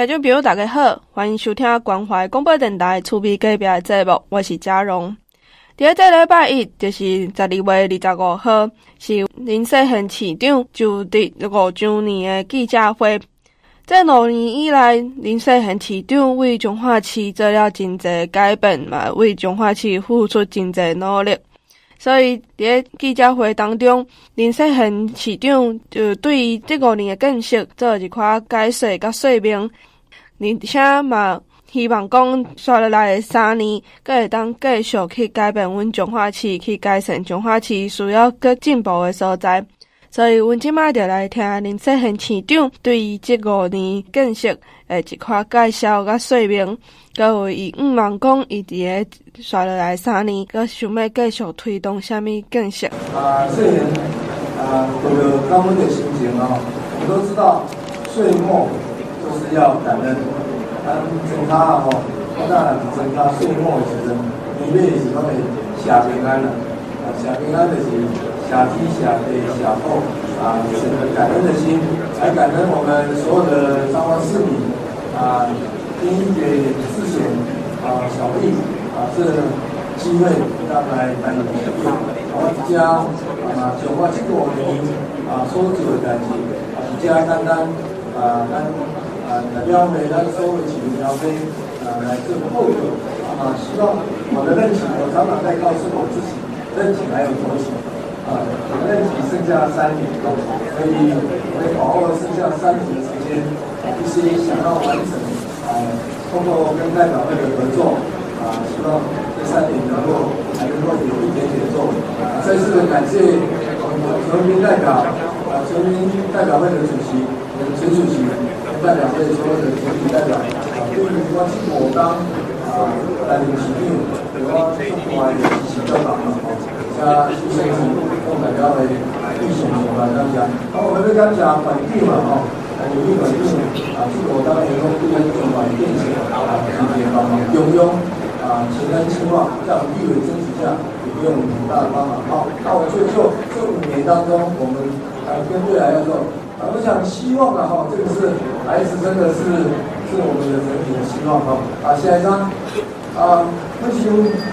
听众朋友大家好，欢迎收听关怀广播电台趣味隔壁的节目，我是嘉荣。在这礼拜一，就是12月25号，是林世贤市长就职5周年的记者会。这5年以来，林世贤市长为彰化市做了真侪改变嘛，为彰化市付出真侪努力。所以伫记者会当中，林世贤市长就对于这5年的建设做一寡解说甲说明，而且嘛希望讲接落来的3年，阁会当继续去改变阮彰化市，去改善彰化市需要阁进步的所在。所以，阮即摆就来听林世贤市长对于这5年建设的一寡介绍甲说明，阁有伊望讲伊伫个接落来3年，阁想要继续推动啥物建设。 岁年有个高温的心情啊，我们都知道岁末就是要感恩，从他当然从他岁末的时阵，里面是讲的下平安了，下平安就是下天下地下后是感恩的心，来感恩我们所有的彰化市民丁一给世贤小丽这个机会让来与会，我将彰化这5年所做的代志，比较简单代表咱所有市民朋友来做后盾希望我的任期，我常常在告诉我自己，任期还有多久？任期剩下3年，所以我会把握剩下3年的时间，一些想要完成通过跟代表会的合作希望这3年还能够有一点点作为再次的感谢我们全民代表全民代表会的主席陈主席代表会所有的全体代表对于我这5当担任市长，我中华的支持较大加出生是共代表的弟兄们感谢。我们要感谢环境有一环境这5当员工对咱中华电线直接帮忙用前瞻计划在我们立委争取下也给我们很大的帮忙。那我就这5年当中，我们跟未来要做我想希望这个是孩子真的是我们的整体的希望下一张我想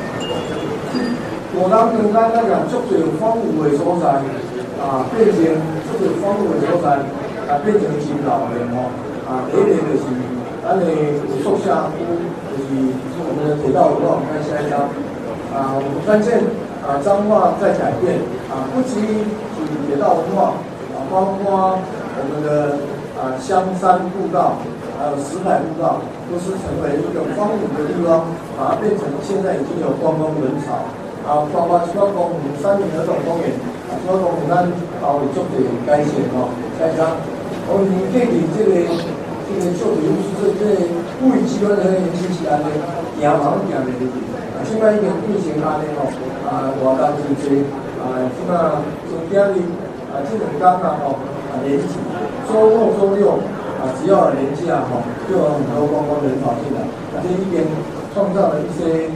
5当跟咱那个足侪丰富的所在变成足侪丰富的所在变成真老的第一个就是咱的宿舍区，就是我们的铁道文化。我们看下一张我们看见彰化在改变不止于铁道文化包括我们的香山步道还有石海步道，都是成为一个荒芜的地方，把它变成现在已经有观光人潮包括除了公园、3民儿童公园除了公园咱有足侪改善下一张我们建立这个就比如说这个物理机关的年轻是安尼行忙行袂入去现在已经变成安尼活动真多即马从今日这2天连起周末周六只要连假就有很多观光人潮进来这一边创造了一些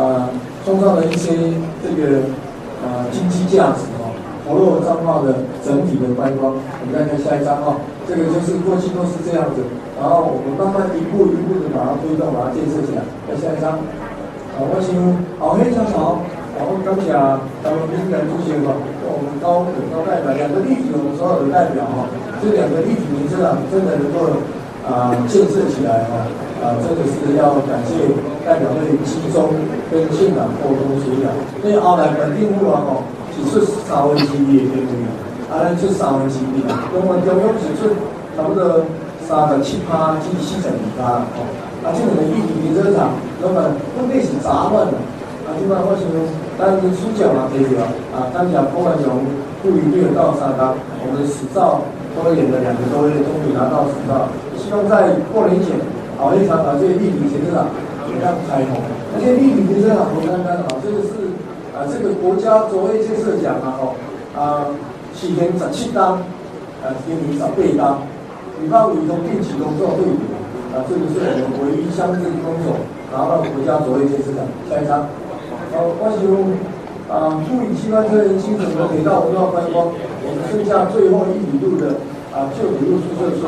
这个经济价值活络彰化的整体的观光。我们再看下一张这个就是过去都是这样子，然后我们慢慢一步一步的把它推动，把它建设起来。再下一张我想非常好我感谢咱们敏感主席我们高代表2个立体，我们所有的代表这2个立体名称真的能够建设起来真的是要感谢代表会集中跟县长沟通协调，因为后来本地户是出3分之2的经费咱出3分之2我们中央是出差不多37%至42%这2个立体停车场根本是杂乱的现在我想咱的主角提到感谢郭万荣副理6到3当，我们10兆多元的2个多月终于拿到10兆，希望在过年前非常这些立体停车场也让开通，而且立体停车场不单单这个是这个国家卓越建设奖4天17当今年18当，举办委通定期工作会议这个是我们唯一乡镇公所拿到国家卓越建设奖。下一张我想护理机关车人精神和铁道文化观光，我们剩下最后1里路的旧铁路宿舍村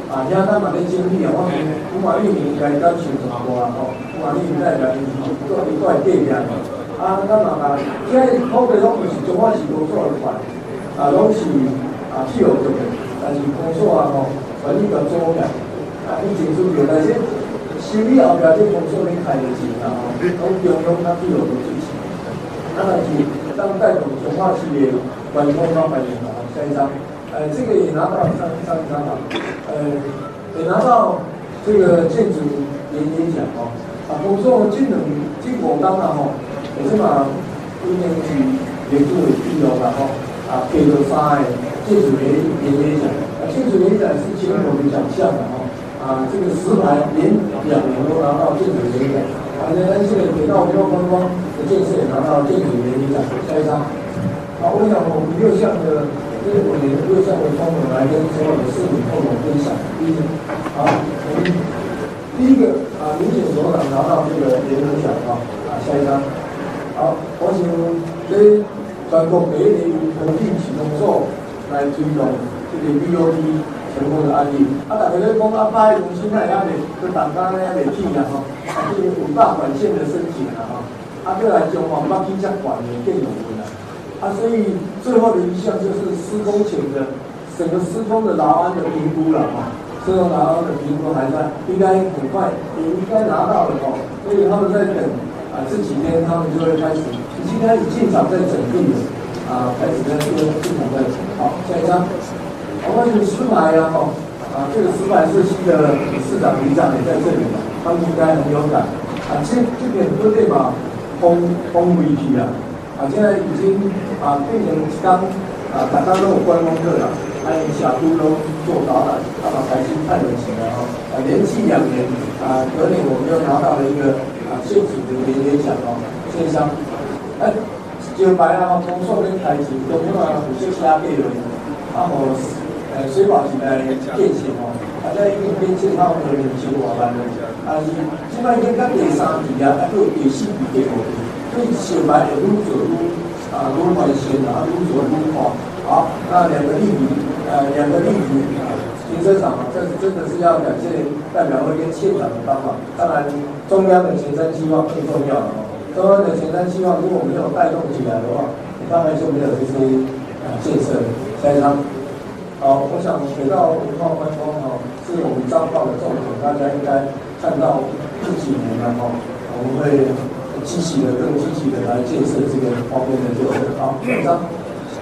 现在咱嘛咧经历啊，我看玉民应该感受上大吼，我看你代表做一块隔壁咱嘛现在土地拢是中华市工作的款，拢是去学做的，但是工作权利较做起来，以前做着，但是修理后壁这工作咧开着钱拢中央较去学做支持，但是当带动中华市的官方方面下一张。这个也拿到上一张也拿到这个建筑联结奖工作这5档也是嘛，今年是联组的第6啦给了3个建筑联结奖，建筑联结奖是金融的奖项这个石牌连2年都拿到建筑联结奖，而且给到观光的建设也拿到建筑联结奖。下一张，我想我们6项的。这5年的6项的功能来跟所有的市民共同分享。我们第一个民警所长拿到这个联合奖下一张。我想在全国各地通讯启动所来推动这个 BOT 成功的案例。大家咧讲拍农村那也未，佢大家咧未起这个5大管线的申请再来中华北起这管的更容易所以最后的一项就是施工前的整个施工的劳安的评估了施工劳安的评估还在，应该很快也应该拿到了所以他们在等这几天他们就会开始，已经开始进场在整地了开始在做进场在下一张。我们石牌这个石牌社区的市长、里长也在这里他们应该很有感这边都对嘛封围起了。现在已经变成大家都有观光客了，还有小都都做导览，把台新看得起来连续2年隔年我们又拿到了一个县府的联结奖线上，招牌工作跟台前都有有些加倍了，水保局来建设在一边建他们的人生活班的，现在已经到第3期还有第4期、第5期。所以小白也愈做愈完善愈做愈好。那2个例子，停车场这真的是要感谢代表会跟县长的帮忙。当然，中央的前瞻计划更重要中央的前瞻计划如果没有带动起来的话，当然就没有这些建设。下一张。我想回到文化观光是我们彰化的重点，大家应该看到这几年我们会。更积极的来建设这个方面的建设。下一张。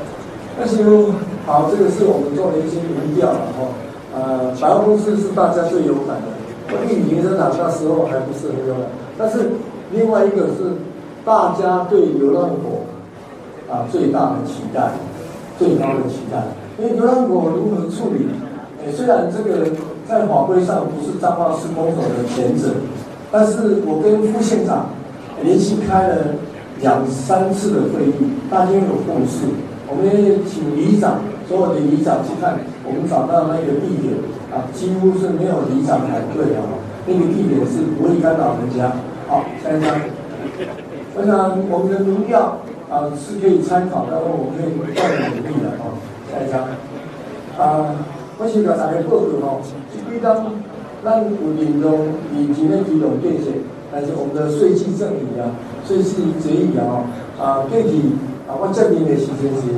这个是我们做的一些民调百货公司是大家最有感的，玉里停车场那时候还不是很有感，但是另外一个是大家对流浪狗最大的期待，最高的期待。因为流浪狗如何处理？虽然这个在法规上不是彰化市公所的权责，但是我跟副县长。连续开了2、3次的会议，大家有共识。我们也请里长，所有的里长去看，我们找到那个地点几乎是没有里长排队那个地点是不会干扰人家。下一张。我想我们的民调是可以参考，但是我们可以更努力的下一张。我想甲大家报告这几档咱有利用以前的基隆建设。但是我们的税基正义税基决议过去我这边的时间是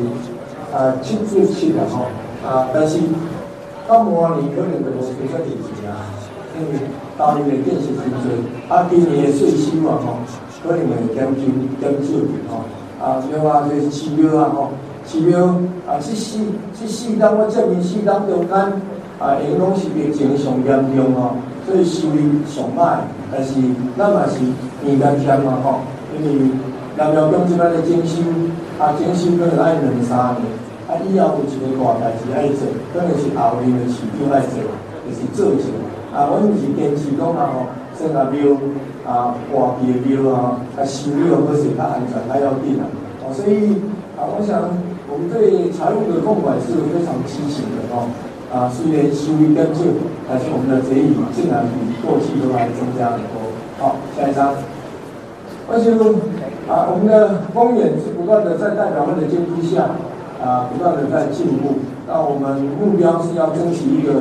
7至7但是到明年可能就无出遮电钱因为当年的建设真多，今年的税收可能会减少另外就是饲料饲料这4档我这边4档中间因拢是疫情上严重所以收益上歹，但是咱嘛是年年添因为南寮港即摆的征收征收可能爱2、3年，以后有一个大代志爱做，可能是后年的市长爱做，就是做钱。阮是坚持讲先庙活期的庙收了好势较安全较要紧所以我想我们对财务的控管是非常积极的虽然收益减少，但是我们的结余竟然比过去都还增加很多。下一张。而且我们的公园是不断的在代表会的监督下不断的在进步。那我们目标是要争取一个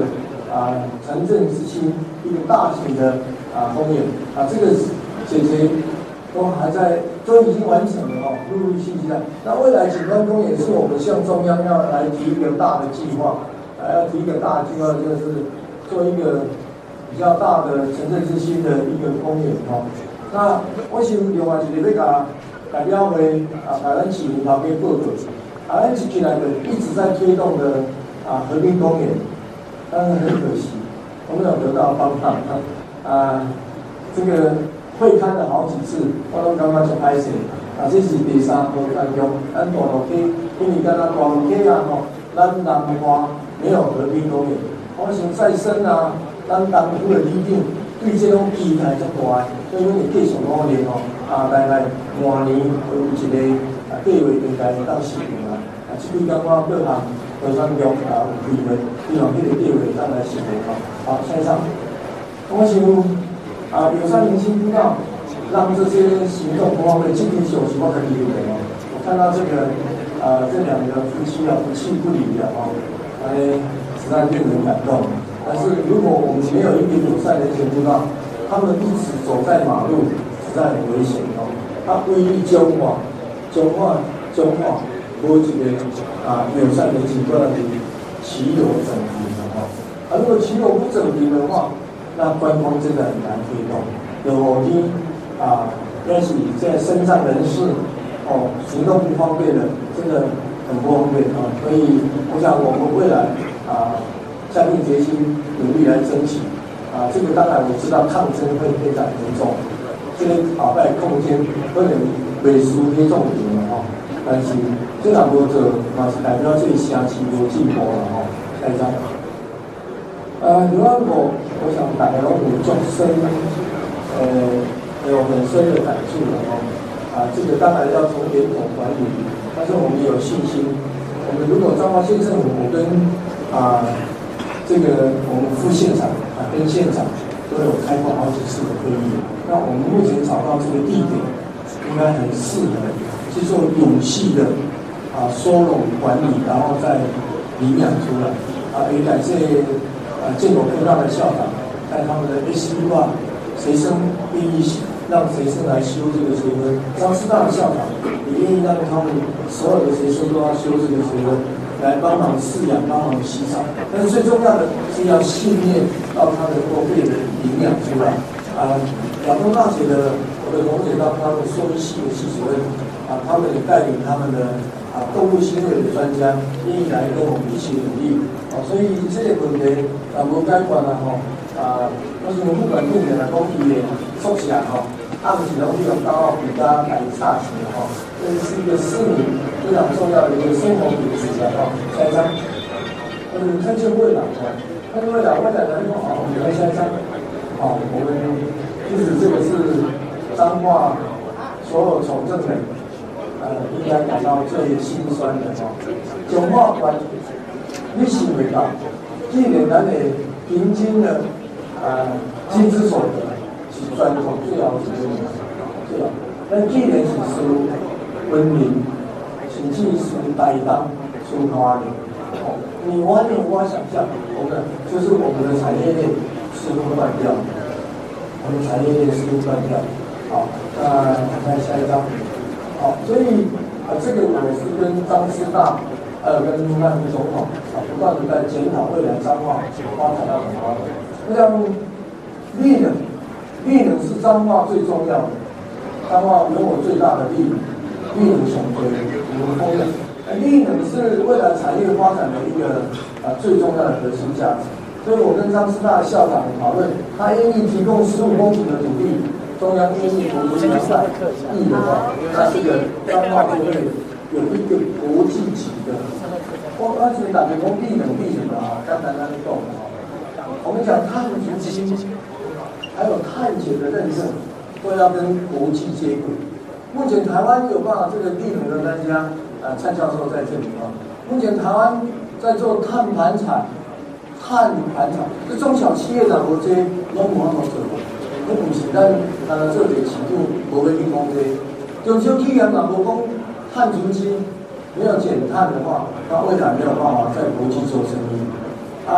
城镇之星一个大型的公园这个姐姐都已经完成了陆续这样。那未来景观公园是我们向中央要来提一个大的计划，要提一个大的计划，就是做一个比较大的城镇之星的一个公园那我想另外一个要代表为台湾市民头家报告，咱一起来的一直在推动的和平公园，但是很可惜，我没有得到帮忙这个会刊了好几次，我都感觉就歹势这是第三波当中，咱大路溪，因为敢若大路溪咱南华没有和平公园，我想再生咱东府的里长对这种期待足大的，所以阮会继续努力来明年有一个计划应该会当实现这几工我各项都算中有机会，希望这个计划会当来实现好，下一场，我想友善明星知道，让这些行动不方便，今天休息我可以理解我看到这两个夫妻不弃不离实在令人感动。但是如果我们没有一个友善人行步道，他们一直走在马路，实在很危险他唯一中华，无一个友善人行步道的骑楼整平如果骑楼不整平的话，那观光真的很难推动。有的要是在身障人士行动不方便的，真的很不方便所以我想我们未来下定决心努力来争取这个当然我知道抗争会非常严重，这个后摆空间可能袂输迄种平但是这若无做，嘛是代表这个城市无进步了下一张。另外我想大家拢有足深有很深的感触这个当然要从源头管理，但是我们有信心，我们如果彰化县政府跟这个我们副县长跟县长都有开过好几次的会议，那我们目前找到这个地点，应该很适合去做有系的收拢管理，然后再领养出来也感谢建国科大的校长，在他们的 SB 化学生愿意让学生来修这个学分，彰师大的校长也愿意让他们所有的学生都要修这个学分，来帮忙饲养，帮忙洗澡。但是最重要的是要训练到他能够被领养出来亚东大学的我的同学到他们兽医系的系主任他们也带领他们的动物行为的专家，愿意来跟我们一起努力所以这个问题无解决我想不管病人讲伊的宿舍暗时拢去用到比较来差钱这是一个市民非常重要的一个生活品质下一张，看见未来看见未来来讲我们看下一张我们其实这个是彰化所有从政人应该感到最心酸的中华关你想袂到，既然咱的平均的薪资所得是全国最后一个最好，但既然是属文明，甚至是台东、属花莲你完全无法想象，就是我们的产业链似乎断掉，我们产业链似乎断掉。看下一张。所以这个我是跟彰师大还有跟赖副总统不断的在检讨未来彰化发展到什么。我想绿能是彰化最重要的，彰化有我最大的绿能雄龟，我们公认。绿能是未来产业发展的一个最重要的核心价值。所以我跟彰师大的校长讨论，他愿意提供15公顷的土地，中央愿意投资200亿的话，那这个彰化就会有一个国际级的。而且打比讲绿能刚才那里讲我们讲碳足迹，还有碳权的认证，都要跟国际接轨。目前台湾有办法这个绿能的专家，蔡教授在这里目前台湾在做碳盘查，这中小企业的这些拢无法度做，不是咱做一个市场无要去讲这，中小企业若无讲碳足迹，没有减碳的话，那未来没有办法在国际做生意。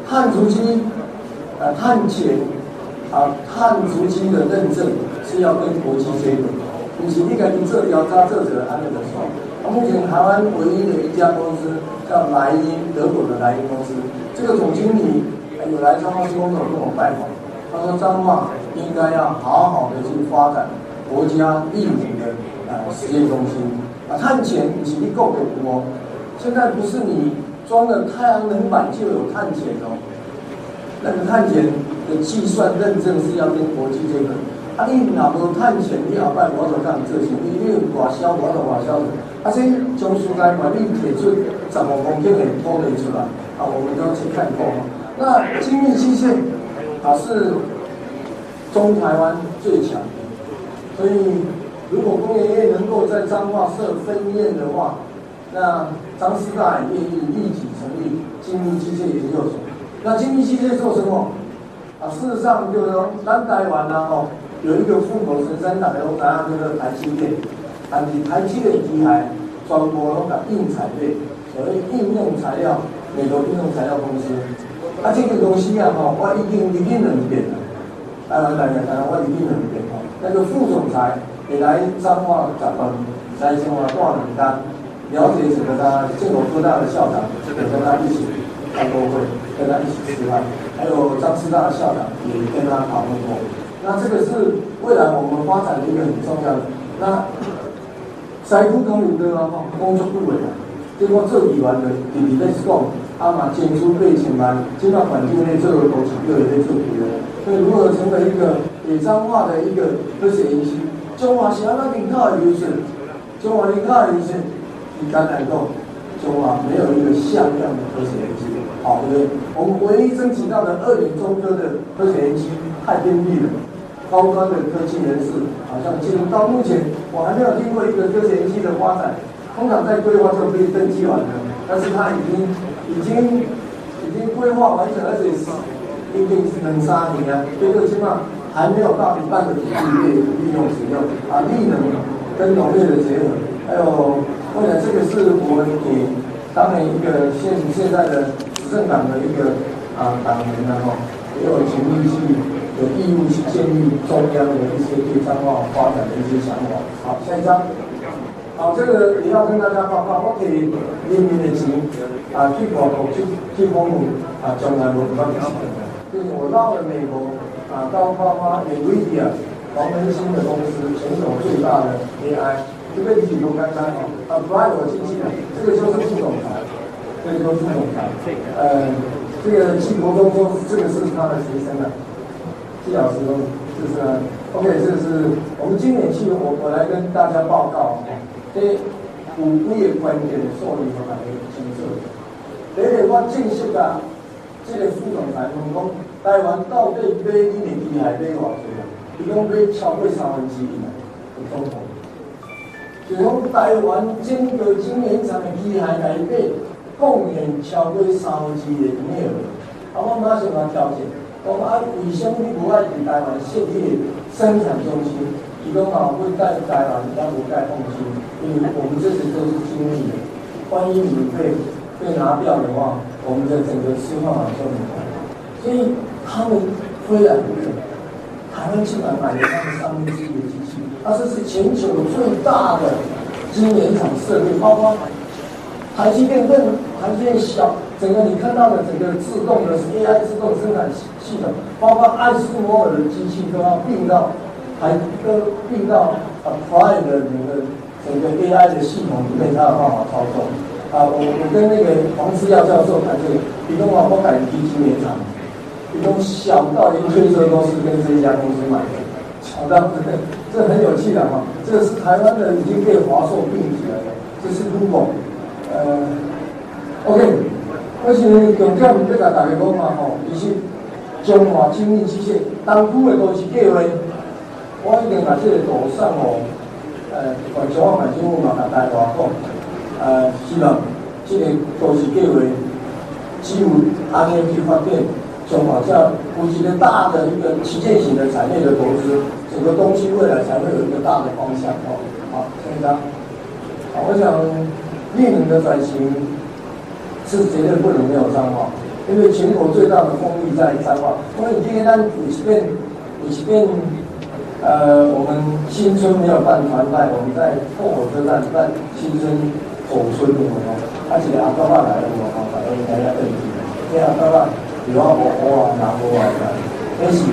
碳足迹、碳检碳足迹的认证是要跟国际接轨，不是你家己做调查做者安尼就算。目前台湾唯一的一家公司叫莱茵，德国的莱茵公司，这个总经理有来彰化市公所跟我拜访，他说彰化应该要好好的去发展国家立名的实验中心碳检不是你购的哦，现在不是你装了太阳能板就有碳检哦，那个碳检的计算认证是要跟国际接轨。你若无碳检，你后摆我就甲你做生意，你有外销我就外销。所以从苏台管理提出15公顷的土地出来我们都去看过。那精密机械是中台湾最强的，所以如果工研院能够在彰化设分院的话，那彰师大也愿意立即成立精密机械研究所。那精密机械做什么？事实上就是说，咱台湾有一个富国神山，大家都知道叫做台积电，但是台积电机械全部拢甲应材类，所谓应用材料，美国应用材料公司。这个公司我已经2遍了，台湾我已经2遍那个副总裁也来彰化10班，来彰化挂名单，了解整个建国科大的校长，也跟他一起开过会，跟他一起吃饭，还有彰师大的校长也跟他讨论过。那这个是未来我们发展的一个很重要的。那师傅讲有对工作久的结果做议员的直直在讲，嘛捐出8000万，现在环境内做的都是又也在做别的。所以如何成为一个彰化的一个科学园区？中华是安怎领导的优势？中华领导的优势，你刚才讲，中华没有一个像样的科学园区。对不对？我们唯一争取到的2点中科的科学园区太偏僻了。高端的科技人士好像进入到目前，我还没有听过一个科学园区的发展，通常在规划就可以登记完了，但是它已经规划完成，而且已经是2-3年了，这个起码还没有到一半的土地利用使用力能跟农业的结合，还有我想这个是我们给当年一个现在的执政党的一个党员也有权利去有义务去建立中央的一些对彰化发展的一些想法。好，下一张。这个也要跟大家报告，我给人民的钱去广告去访问将来文化的事情。就是我到了美国到包括 NVIDIA 黄仁勋的公司，全球最大的 AI， 这个理由刚刚不让我进去了，这个就是副总裁，这个就是副总裁。这个季国忠说这个是他的学生季老师说就是 OK， 这是我们今年去我来跟大家报告这有几个关键的数字和大家清楚。第一个，我正式这个副总裁问讲，台湾到底买你的机械买偌济伊讲买超过1/3的总统。就是讲台湾整个晶圆厂的机械来买，贡献超过1/3的营业额。我马上来调整，讲为什么你无爱伫台湾设立生产中心？伊讲会在台湾要不盖放心，因为我们这些都是精密的，万一你被拿掉的话，我们的整个吃饭就很难。所以他们非然不可，台湾竟然买了他们1/3的机器，这是全球最大的晶圆厂设备，包括台积电小，整个你看到的整个自动的 AI 自动生产系统，包括爱斯摩尔的机器都要并到 Prime 的整个 AI 的系统里面，才有办法操作。我跟那个黄志耀教授谈这个，比如我改机晶圆厂，比如小到连推车都是跟这一家公司买的，小到这很有趣的这个是台湾的已经被华硕并起来了，这是 Google。OK， 我是重点要甲大家讲其实中华精密机械当初的都是计划，我已经把这个图上中华版新闻甲大家讲，希望这个都是计划，只有安尼去发展中华这有一个大的一个旗舰型的产业的投资，整个东西未来才会有一个大的方向好，下一张。我想。绿能的转型是绝对不能没有彰化。 因为全国最大的风力在彰化。因为今天咱有一遍，我们新春没有办团拜，我们在后火车站办新春走春的哦，而且阿爸爸来了，我大家大家认识，因为阿爸爸有啊我啊拿我啊，那是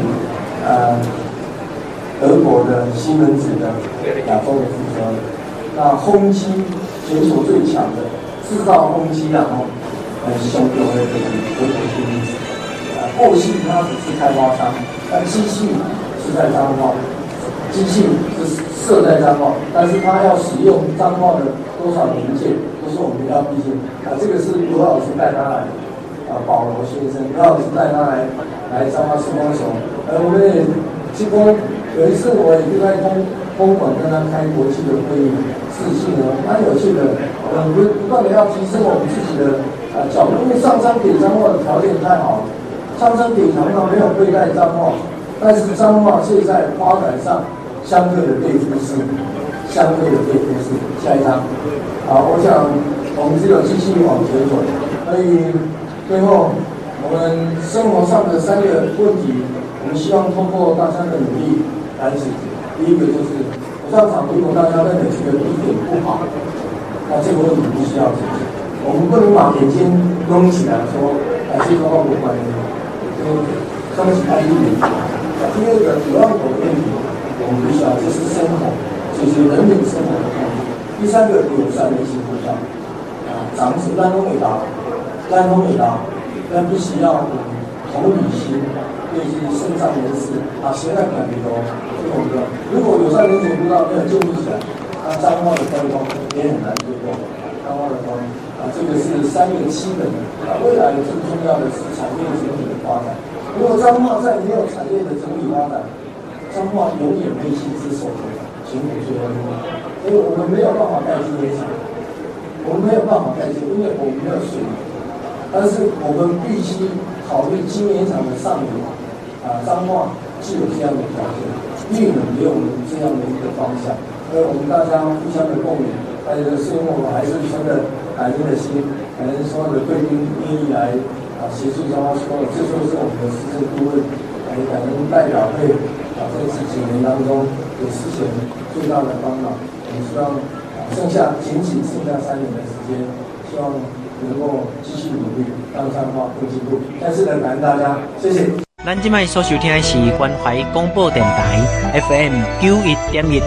德国的西门子的亚洲的汽车，那轰机全球最强的制造轰机啊，相对的就是德国西门子。后续它只是开发商，但机器是在彰化，机器是设在彰化，但是它要使用彰化的多少零件，都是我们要毕竟这个是罗老师带他来，保罗先生，罗老师带他来彰化施工所，我们也施工。有一次我也就在公馆跟他开国际的会议，视讯蛮有趣的。不断的要提升我们自己的角度，因为上山给彰化的条件太好了，上山给常常没有对待彰化，但是彰化现在发展上相对的被忽视，下一张，我想我们只有继续往前走，所以最后我们生活上的3个问题，我们希望通过大家的努力。来解决。第一个就是上场，如果大家认为这个地点不好，那这个问题必须要解决。我们不能把眼睛弄起来说，这个话无关系，东西太一点。第二个流浪狗的问题，我们必须要就是生活，解决人民生活的问题。第3个友善的行为上，长子咱拢会答，但必须要同理心。对一些肾脏人士现在感觉到这个我们如果有善人做不到，没有建立起来，彰化的交通也很难推动。彰化的交通这个是3个基本的。未来最重要的是产业整体的发展。如果彰化在没有产业的整体发展，彰化永远被心之所求，穷苦最后一个。所以我们没有办法盖今天厂，因为我们没有水源。但是我们必须考虑今年厂的上游。彰化是有这样的条件，绿能给我们这样的一个方向，所以我们大家互相的共勉，大家的岁末还是真的感恩的心，感恩所有的贵宾愿意来协助彰化施工，这就是我们的施政顾问，也感恩代表会在这几年当中给施前最大的帮忙。我们希望剩下3年的时间，希望能够继续努力，让彰化更进步。再次的感恩大家，谢谢。 咱即摆所收听的是关怀广播电台 FM 91.1。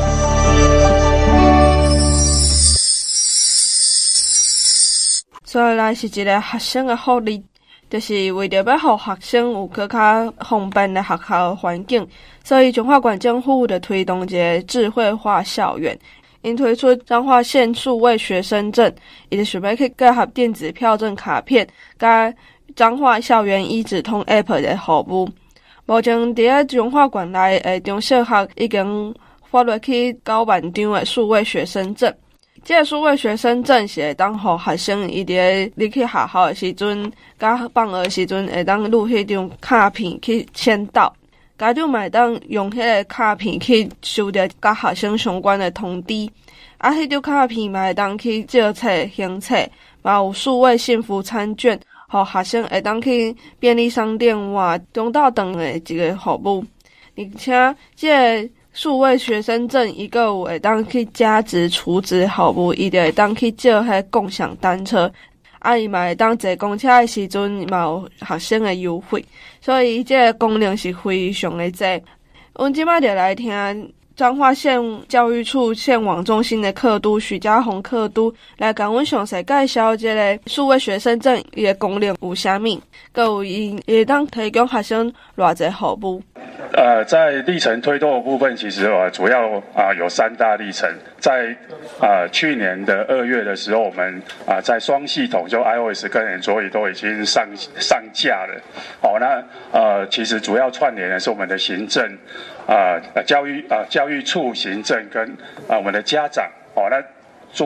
所以来是一个学生的福利，就是为着要让学生有更较方便的学校环境，所以彰化县政府就推动一个智慧化校园。因推出彰化县数位学生证，伊就想要去结合电子票证卡片，甲彰化校园一指通 App 的服务。目前伫咧彰化县内的中小学已经发落去9万张的数位学生证。这个数位学生证是会当互学生伊伫入去学校的时阵，甲放学的时阵会当录迄张卡片去签到。家长嘛会当用迄个卡片去收到甲学生相关的通知。迄张卡片嘛会当去借册、行册，嘛有数位幸福餐券。互学生会当去便利商店换中昼顿的一个服务，而且这个数位学生证伊个有会当去加值储值服务，伊就会当去借迄共享单车，伊嘛会当坐公车的时阵嘛有学生的优惠，所以这个功能是非常的侪。阮即摆就来听彰化县教育处县网中心的课督许家宏课督来甲阮详细介绍这个数位学生证伊的功能有啥物，佮有伊会当提供学生偌济服务。 在历程推动的部分，其实主要有3大历程。在去年的2月的时候，我们在双系统就 iOS 跟 Android 都已经上架了。那其实主要串联的是我们的行政教育处行政跟我们的家长那做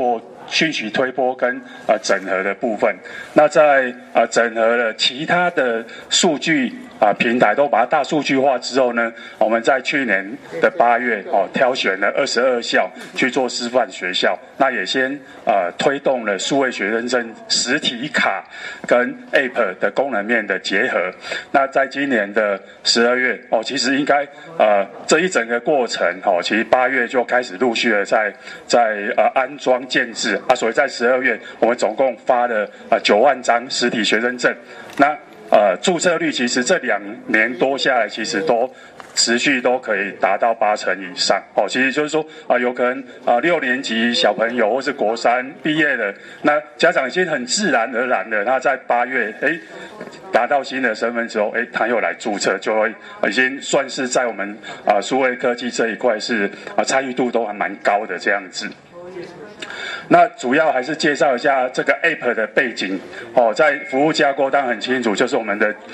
讯息推播跟整合的部分。那在整合了其他的数据平台都把它大数据化之后呢，我们在去年的8月挑选了22校去做示范学校，那也先推动了数位学生证实体卡跟 App 的功能面的结合。那在今年的12月其实应该这一整个过程其实8月就开始陆续的在安装建制所以在12月我们总共发了9万张实体学生证。那注册率其实这2年多下来，其实都持续都可以达到80%以上其实就是说有可能6年级小朋友或是国3毕业的，那家长已经很自然而然的，他在8月达到新的身份之后他又来注册，就会已经算是在我们数位科技这一块是参与度都还蛮高的这样子。那主要还是介绍一下这个 App 的背景在服务架构当然很清楚，就是我们的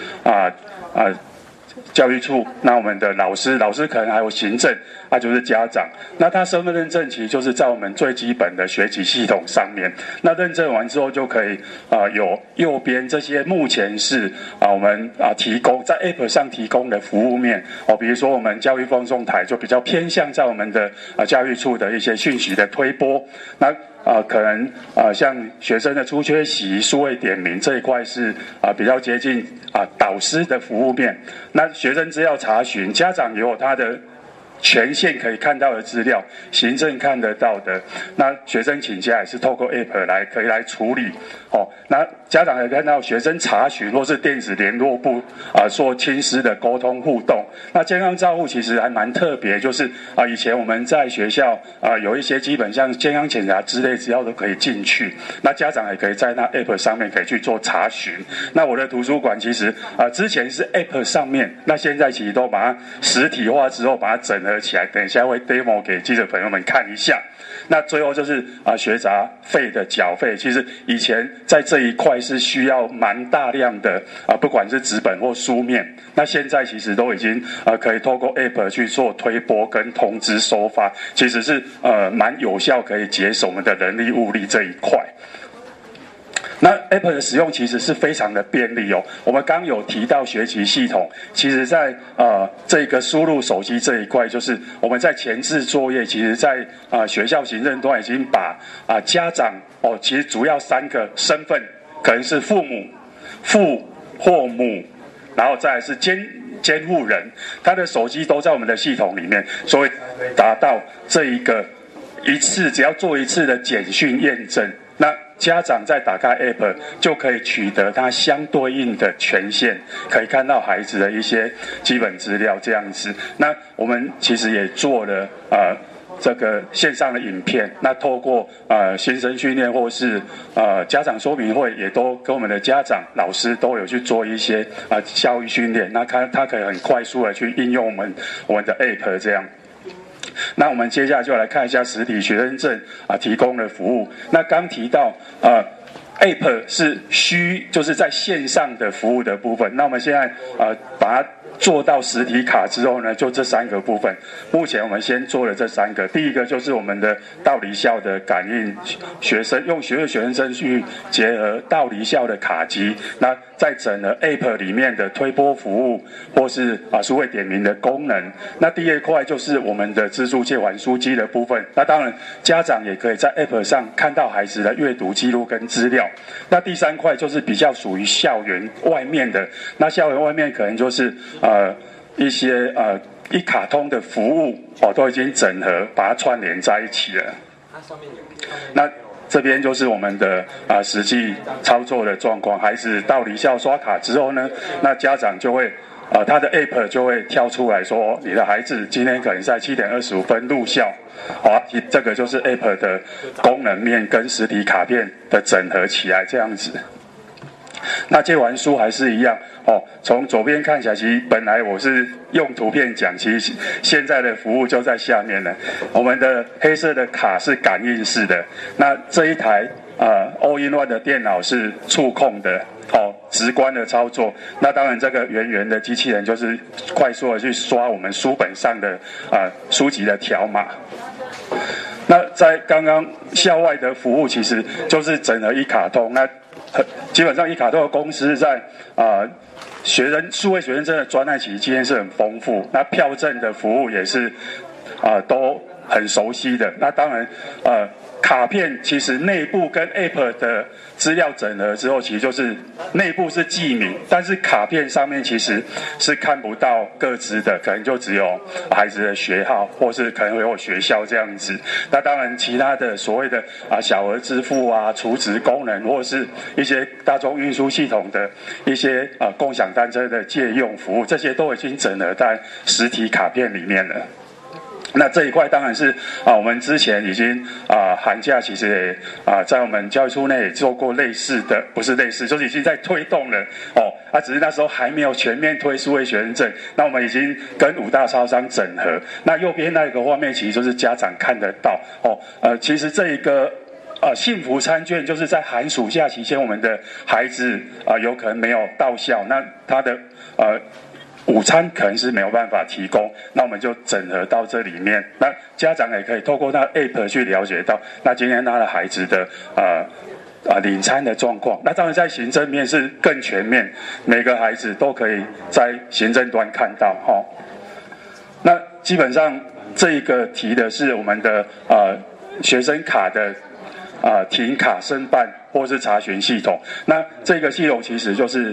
教育处，那我们的老师可能还有行政，就是家长。那他身份认证其实就是在我们最基本的学籍系统上面，那认证完之后就可以有右边这些目前是我们提供在 App 上提供的服务面比如说我们教育放送台就比较偏向在我们的教育处的一些讯息的推播，那可能像学生的出缺席、数位点名这一块是比较接近导师的服务面。那学生资料查询，家长也有他的权限可以看到的资料，行政看得到的，那学生请假也是透过 App 可以来处理那家长也看到学生查询或是电子联络簿做亲师的沟通互动。那健康照护其实还蛮特别，就是以前我们在学校有一些基本像健康检查之类资料都可以进去，那家长也可以在那 App 上面可以去做查询。那我的图书馆其实之前是 App 上面，那现在其实都把它实体化之后把它整合起来，等一下会 demo 给记者朋友们看一下。那最后就是学杂费的缴费，其实以前在这一块是需要蛮大量的不管是纸本或书面，那现在其实都已经可以透过 App 去做推播跟通知收发，其实是蛮有效，可以节省我们的人力物力这一块。那 App 的使用其实是非常的便利我们刚有提到学籍系统，其实在这个输入手机这一块，就是我们在前置作业，其实在学校行政端已经把家长其实主要3个身份，可能是父母、父或母，然后再来是监护人，他的手机都在我们的系统里面，所以达到这一个只要做一次的简讯验证，那家长在打开 App 就可以取得他相对应的权限，可以看到孩子的一些基本资料这样子。那我们其实也做了这个线上的影片，那透过新生训练或是家长说明会，也都跟我们的家长老师都有去做一些教育训练，那他可以很快速的去应用我们的 App 这样。那我们接下来就来看一下实体学生证提供的服务。那刚提到App 是就是在线上的服务的部分，那我们现在把它做到实体卡之后呢，就这3个部分。目前我们先做了这3个，第一个就是我们的到离校的感应学生，用学生证去结合到离校的卡机，那在整个 App 里面的推播服务或是数位点名的功能。那第二块就是我们的自助借还书机的部分，那当然家长也可以在 App 上看到孩子的阅读记录跟资料。那第3块就是比较属于校园外面的，那校园外面可能就是一些一卡通的服务都已经整合把它串联在一起了。那这边就是我们的实际操作的状况，孩子到离校刷卡之后呢，那家长就会他的 App 就会跳出来说，你的孩子今天可能在7点25分入校，这个就是 App 的功能面跟实体卡片的整合起来这样子。那借还书还是一样从左边看起来，其实本来我是用图片讲，其实现在的服务就在下面了。我们的黑色的卡是感应式的，那这一台All-in-One 的电脑是触控的直观的操作。那当然这个圆圆的机器人就是快速的去刷我们书本上的书籍的条码。 那在刚刚校外的服务，其实就是整合一卡通。那基本上一卡通的公司在数位学生证的专案其实今天是很丰富，那票证的服务也是都很熟悉的。那当然卡片其实内部跟 App 的资料整合之后，其实就是内部是记名，但是卡片上面其实是看不到个资的，可能就只有孩子的学号，或是可能会有学校这样子。那当然其他的所谓的小额支付储值功能，或是一些大众运输系统的一些共享单车的借用服务，这些都已经整合在实体卡片里面了。那这一块当然是我们之前已经寒假其实也在我们教育处内也做过类似的，不是类似，就是已经在推动了只是那时候还没有全面推数位学生证。那我们已经跟5大超商整合。那右边那个画面其实就是家长看得到其实这一个幸福餐券就是在寒暑假期间，我们的孩子有可能没有到校，那他的午餐可能是没有办法提供，那我们就整合到这里面。那家长也可以透过那 App 去了解到，那今天他的孩子的领餐的状况。那当然在行政面是更全面，每个孩子都可以在行政端看到那基本上这一个提的是我们的学生卡的停卡申办或是查询系统。那这个系统其实就是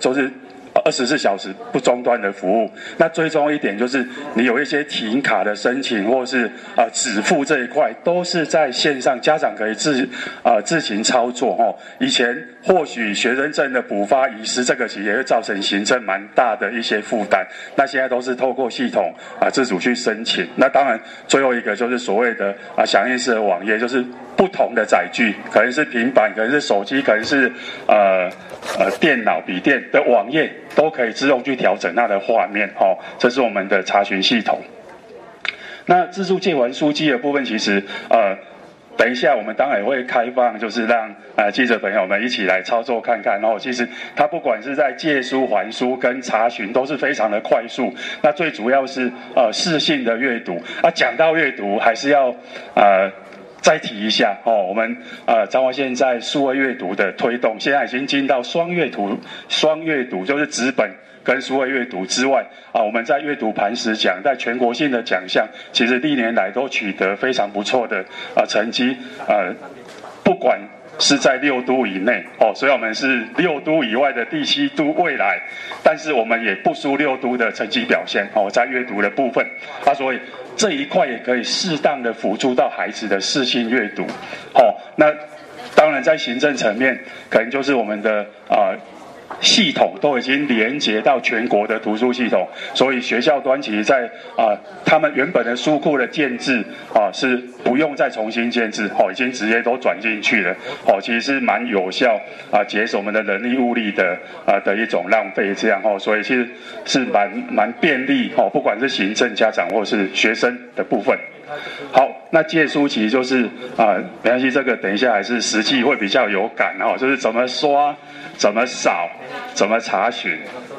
24小时不中断的服务。那追踪一点就是你有一些停卡的申请或是止付这一块，都是在线上，家长可以自行操作以前或许学生证的补发遗失，这个其实也会造成行政蛮大的一些负担。那现在都是透过系统自主去申请。那当然最后一个就是所谓的响应式的网页，就是不同的载具，可能是平板，可能是手机，可能是电脑、笔电的网页，都可以自动去调整它的画面这是我们的查询系统。那自助借还书机的部分，其实等一下我们当然也会开放，就是让记者朋友们一起来操作看看其实它不管是在借书还书跟查询都是非常的快速。那最主要是视讯的阅读讲到阅读还是要再提一下我们彰化县在数位阅读的推动，现在已经进到双阅读，就是纸本跟数位阅读之外我们在阅读磐石奖，在全国性的奖项，其实历年来都取得非常不错的成绩不管是在6都以内所以我们是6都以外的第7都未来，但是我们也不输6都的成绩表现在阅读的部分所以这一块也可以适当的辅助到孩子的视讯阅读那当然在行政层面，可能就是我们的系统都已经连接到全国的图书系统，所以学校端其实在他们原本的书库的建制是不用再重新建制已经直接都转进去了其实是蛮有效节省我们的人力物力的一种浪费这样所以其实是蛮便利不管是行政、家长或是学生的部分。好，那借书其实就是没关系，这个等一下还是实际会比较有感就是怎么刷、怎么扫、怎么查询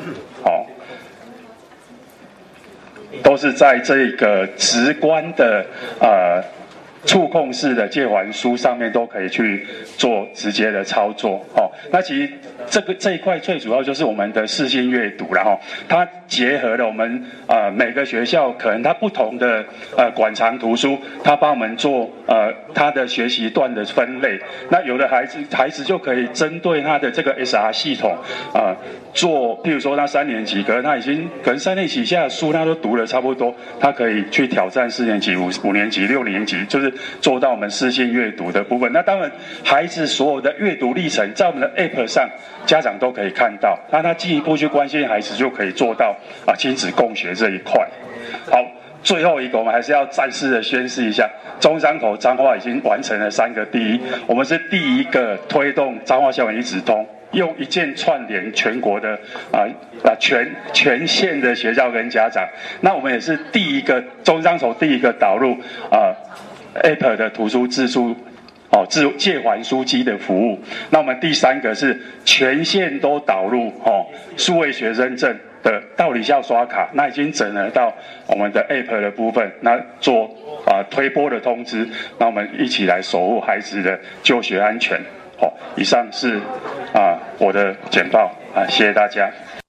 都是在这个直观的触控式的借还书上面都可以去做直接的操作那其实这一块最主要就是我们的视讯阅读然后它结合了我们每个学校可能它不同的馆藏图书，它帮我们做它的学习段的分类。那有的孩子就可以针对他的这个 SR 系统做，譬如说他3年级，可能3年级以下的书他都读了差不多，他可以去挑战4年级、5年级、6年级，就是做到我们视讯阅读的部分。那当然孩子所有的阅读历程在我们的 App 上家长都可以看到，那他进一步去关心孩子就可以做到亲子共学这一块。好，最后一个我们还是要再次的宣示一下，中山口彰化已经完成了3个第一，我们是第一个推动彰化校园一指通，用一键串联全国的全县的学校跟家长。那我们也是中山口第一个导入App 的图书自助借还书机的服务。那我们第3个是全县都导入数位学生证的到底校刷卡，那已经整合到我们的 App 的部分，那做推播的通知，那我们一起来守护孩子的就学安全。以上是我的简报谢谢大家。